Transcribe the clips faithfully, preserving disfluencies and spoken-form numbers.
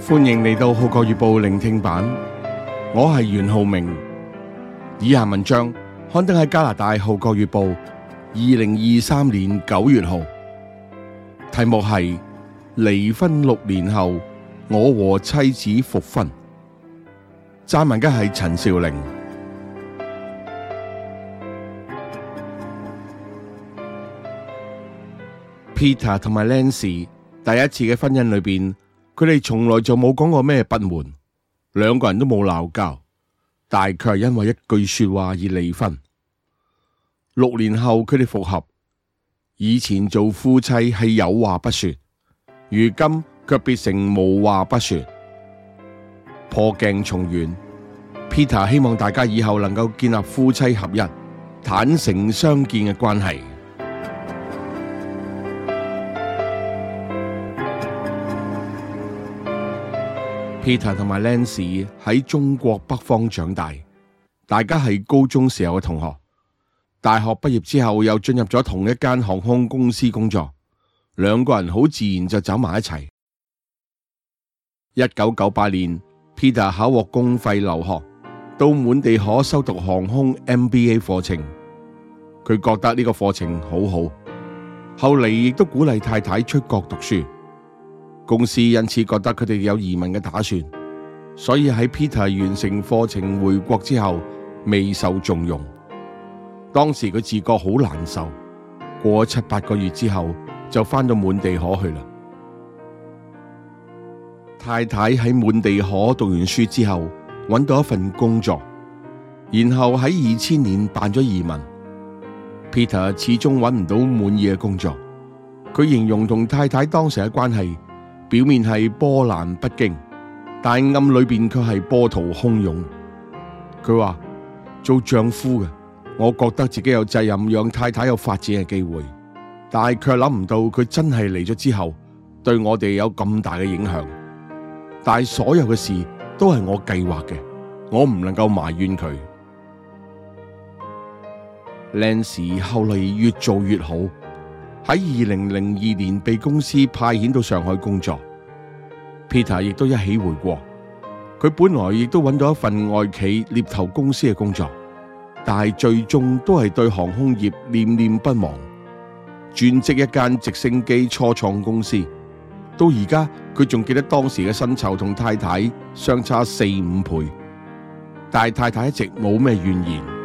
歡迎嚟到《號角月報》聆聽版，我係袁浩明。以下文章刊登喺加拿大《號角月報》二零二三年九月號，題目係離婚六年後，我和妻子復婚。撰文嘅係陳兆玲。Peter 同埋 Nancy 第一次嘅婚姻裏邊，佢哋從來就冇講過咩不滿，兩個人都冇鬧交，但係卻係因為一句說話而離婚。六年後佢哋復合，以前做夫妻係有話不說，如今卻變成無話不說。破鏡重圓， Peter 希望大家以後能夠建立夫妻合一、坦誠相見嘅關係。Peter 同埋 Nancy 喺中國北方長大，大家係高中時候嘅同學。大學畢業之後又進入咗同一間航空公司工作，兩個人好自然就走埋一齊。一九九八年 ，Peter 考獲公費留學，到滿地可修讀航空 M B A 課程。佢覺得呢個課程好好，後嚟亦都鼓勵太太出國讀書。公司因此覺得佢哋有移民嘅打算，所以喺 Peter 完成課程回國之後，未受重用。當時佢自覺好難受，過咗七八個月之後，就返到滿地可去啦。太太喺滿地可讀完書之後，搵到一份工作，然後喺二千年辦咗移民。Peter 始終搵唔到滿意嘅工作，佢形容同太太當時嘅關係，表面係波瀾不驚，但暗裏邊卻係波濤洶湧。佢話做丈夫嘅，我覺得自己有責任讓太太有發展嘅機會，但係卻諗唔到佢真係嚟咗之後，對我哋有咁大嘅影響。但係所有嘅事都係我計劃嘅，我唔能夠埋怨佢。Nancy 後嚟越做越好。喺二零零二年被公司派遣到上海工作 ，Peter 亦都一起回國。佢本來亦都揾到一份外企獵頭公司嘅工作，但係最終都係對航空業念念不忘，轉職一間直升機初創公司。到而家佢仲記得當時嘅薪酬同太太相差四五倍，但係太太一直冇咩怨言。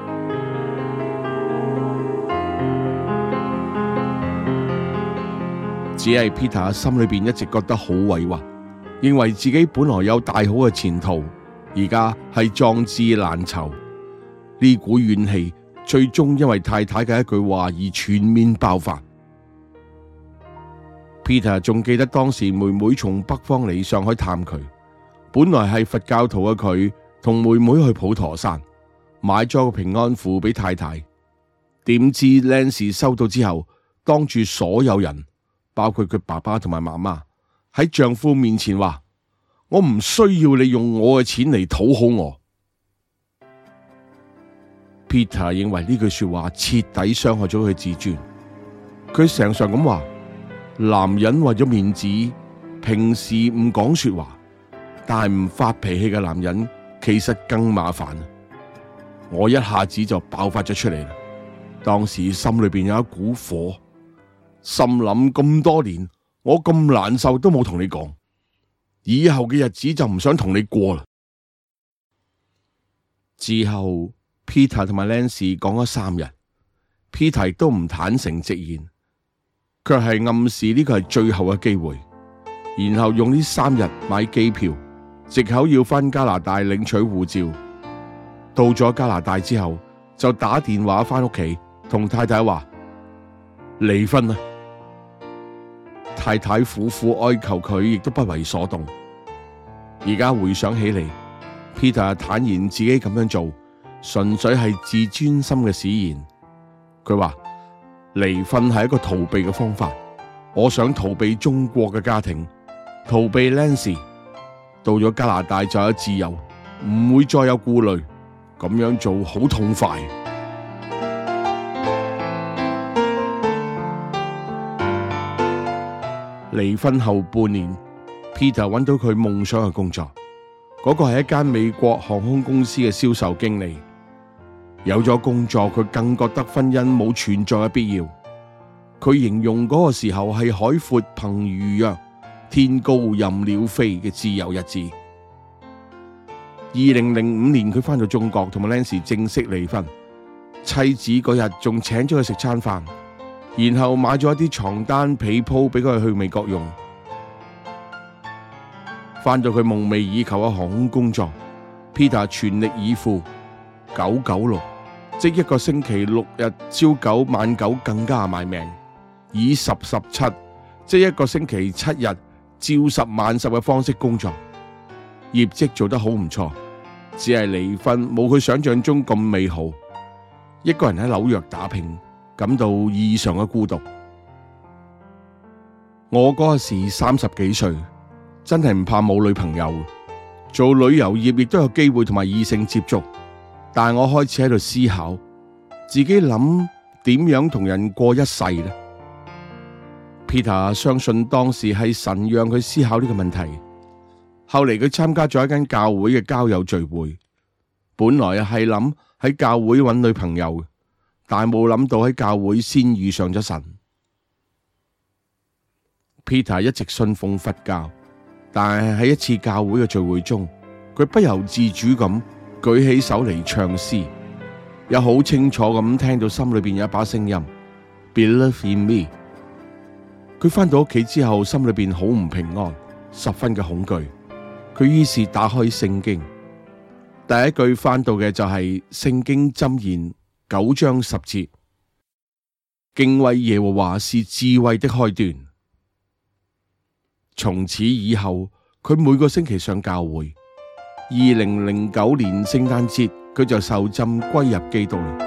只係 Peter 心裏邊一直覺得好委屈，認為自己本來有大好嘅前途，而家係壯志難酬。呢股怨氣最終因為太太嘅一句話而全面爆發。Peter 仲記得當時妹妹從北方嚟上海探佢，本來係佛教徒嘅佢同妹妹去普陀山買咗個平安符俾太太，點知 Nancy 收到之後，當住所有人，包括佢爸爸同埋媽媽，喺丈夫面前話：我唔需要你用我嘅錢嚟討好我。Peter 認為呢句說話徹底傷害咗佢自尊。佢常常咁話：男人為咗面子，平時唔講說話，但係唔發脾氣嘅男人其實更麻煩。我一下子就爆發咗出嚟啦。當時心裏邊有一股火。心諗咁多年，我咁難受都冇同你講，以後嘅日子就唔想同你過啦。之後 Peter 同埋 Nancy 講咗三日 ，Peter 都唔坦誠直言，卻係暗示呢個係最後嘅機會，然後用呢三日買機票，藉口要返加拿大領取護照。到咗加拿大之後，就打電話返屋企同太太話離婚啦。太太苦苦哀求佢，亦都不為所動。而家回想起嚟 ，Peter 坦言自己咁樣做，純粹係自尊心嘅使然。佢話離婚係一個逃避嘅方法，我想逃避中國嘅家庭，逃避 Nancy。到咗加拿大就有自由，唔會再有顧慮，咁樣做好痛快。離婚後半年 Peter 揾到佢夢想嘅工作，嗰個係一間美國航空公司嘅銷售經理。有咗工作，佢更覺得婚姻冇存在嘅必要。佢形容嗰個時候係海闊憑魚躍，天高任鳥飛嘅自由日子。二零零五年佢返到中國，同埋 Nancy 正式離婚。妻子嗰日仲請咗佢食餐飯，然後買咗一啲床單被鋪俾佢去美國用。返到佢夢寐以求嘅航空工作， Peter 全力以赴，九九六，即一個星期六日朝九晚九，更加賣命；以十十七，即一個星期七日朝十晚十嘅方式工作，業績做得好唔錯，只係離婚冇佢想象中咁美好。一個人喺紐約打拼，感到異常嘅孤獨。我嗰時三十幾歲，真係唔怕冇女朋友。做旅遊業亦都有機會同埋異性接觸，但係我開始喺度思考，自己諗點樣同人過一世呢？ Peter 相信當時係神讓佢思考呢個問題。後嚟佢參加咗一間教會嘅交友聚會，本來係諗喺教會揾女朋友，但係冇諗到喺教會先遇上咗神。Peter 一直信奉佛教，但係喺一次教會嘅聚會中，佢不由自主咁舉起手嚟唱詩，又好清楚咁聽到心裏邊有一把聲音 Believe in me。佢返到屋企之後，心裏邊好唔平安，十分嘅恐懼。佢於是打開聖經。第一句翻到嘅就係聖經箴言九章十節，敬畏耶和華是智慧的開端。從此以後，佢每個星期上教會。二零零九年聖誕節，佢就受浸歸入基督啦。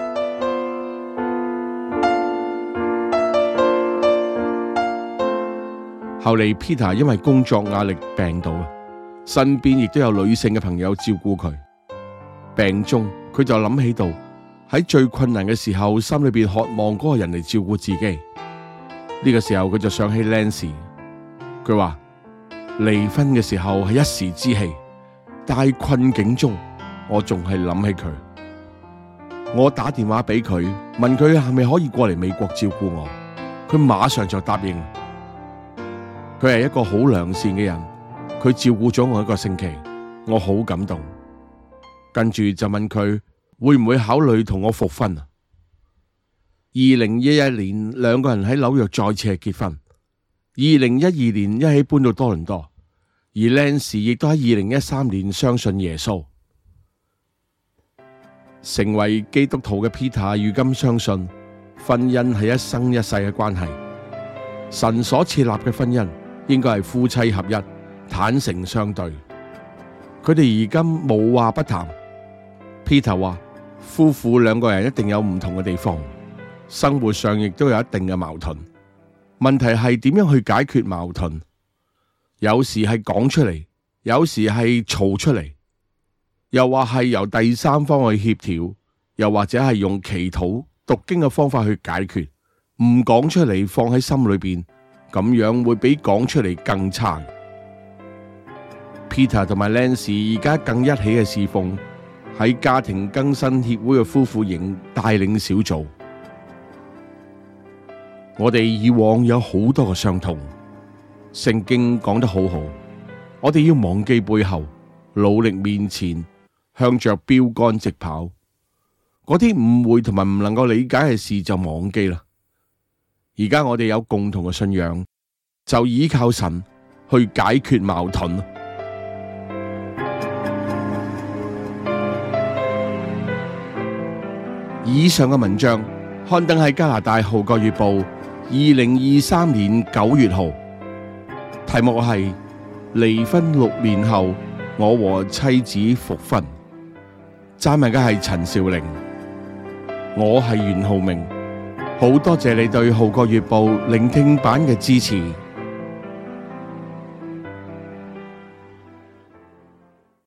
後嚟 Peter 因為工作壓力病倒啦，身邊亦都有女性嘅朋友照顧佢。病中，佢就諗起到喺最困難嘅時候，心裏邊渴望嗰個人嚟照顧自己。呢個時候，佢就想起 Nancy。佢話離婚嘅時候係一時之氣，但係困境中，我仲係諗起佢。我打電話俾佢，問佢係咪可以過嚟美國照顧我，佢馬上就答應。佢係一個好良善嘅人，佢照顧咗我一個星期，我好感動。跟住就問佢會唔會考慮同我復婚啊？二零一一年兩個人喺紐約再次係結婚。二零一二年一起搬到多倫多，而 Nancy 亦都喺二零一三年相信耶穌，成為基督徒嘅 Peter 如今相信婚姻係一生一世嘅關係。神所設立嘅婚姻應該係夫妻合一，坦誠相對。佢哋而今無話不談。Peter 話夫婦兩個人一定有唔同嘅地方，生活上亦都有一定嘅矛盾。問題係點樣去解決矛盾？有時係講出嚟，有時係嘈出嚟，又或係由第三方去協調，又或者係用祈禱、讀經嘅方法去解決。唔講出嚟，放喺心裏邊，咁樣會比講出嚟更差。Peter 同埋 Nancy 而家更一起嘅侍奉，喺家庭更新協會嘅夫婦營帶領小組。我哋以往有好多嘅傷痛，聖經講得好好，我哋要忘記背後，努力面前，向着標杆直跑。嗰啲誤會同埋唔能夠理解嘅事就忘記啦。而家我哋有共同嘅信仰，就依靠神去解決矛盾。以上嘅文章刊登喺加拿大《號角月報》二零二三年九月號，題目係離婚六年後，我和妻子復婚。撰文嘅係陳兆齡，我係袁浩明。好多謝你對《號角月報》聆聽版嘅支持。